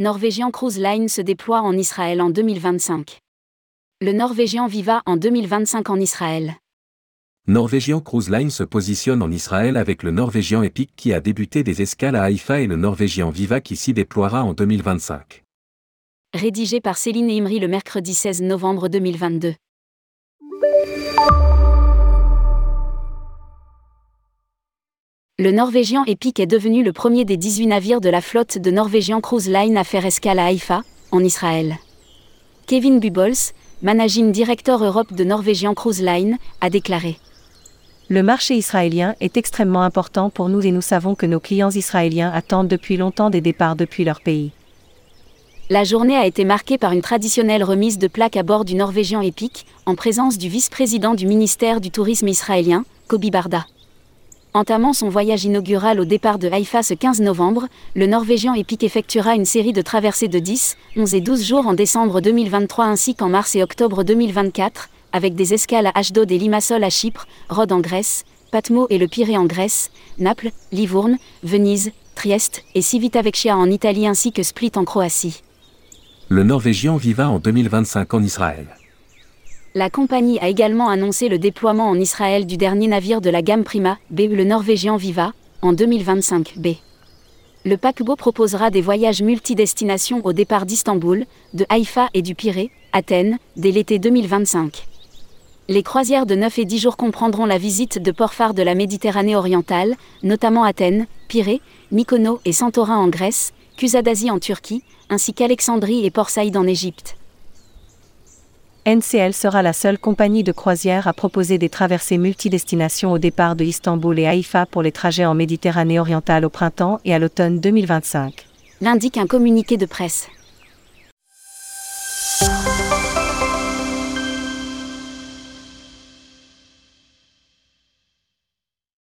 Norwegian Cruise Line se déploie en Israël en 2025. Le Norwegian Viva en 2025 en Israël. Norwegian Cruise Line se positionne en Israël avec le Norwegian Epic qui a débuté des escales à Haïfa et le Norwegian Viva qui s'y déploiera en 2025. Rédigé par Céline Imri le mercredi 16 novembre 2022. Le Norwegian Epic est devenu le premier des 18 navires de la flotte de Norwegian Cruise Line à faire escale à Haïfa, en Israël. Kevin Bubols, Managing Director Europe de Norwegian Cruise Line, a déclaré: Le marché israélien est extrêmement important pour nous et nous savons que nos clients israéliens attendent depuis longtemps des départs depuis leur pays. La journée a été marquée par une traditionnelle remise de plaques à bord du Norwegian Epic, en présence du vice-président du ministère du Tourisme israélien, Kobi Barda. Entamant son voyage inaugural au départ de Haïfa ce 15 novembre, le Norwegian Epic effectuera une série de traversées de 10, 11 et 12 jours en décembre 2023 ainsi qu'en mars et octobre 2024, avec des escales à Ashdod et Limassol à Chypre, Rhodes en Grèce, Patmos et le Pirée en Grèce, Naples, Livourne, Venise, Trieste et Civitavecchia en Italie ainsi que Split en Croatie. Le Norwegian Viva en 2025 en Israël. La compagnie a également annoncé le déploiement en Israël du dernier navire de la gamme Prima, B, le Norwegian Viva, en 2025 B. Le paquebot proposera des voyages multidestinations au départ d'Istanbul, de Haïfa et du Pirée, Athènes, dès l'été 2025. Les croisières de 9 et 10 jours comprendront la visite de ports phares de la Méditerranée orientale, notamment Athènes, Pirée, Mykonos et Santorin en Grèce, Kusadasi en Turquie, ainsi qu'Alexandrie et Port Saïd en Égypte. NCL sera la seule compagnie de croisière à proposer des traversées multidestinations au départ de Istanbul et Haïfa pour les trajets en Méditerranée orientale au printemps et à l'automne 2025. L'indique un communiqué de presse.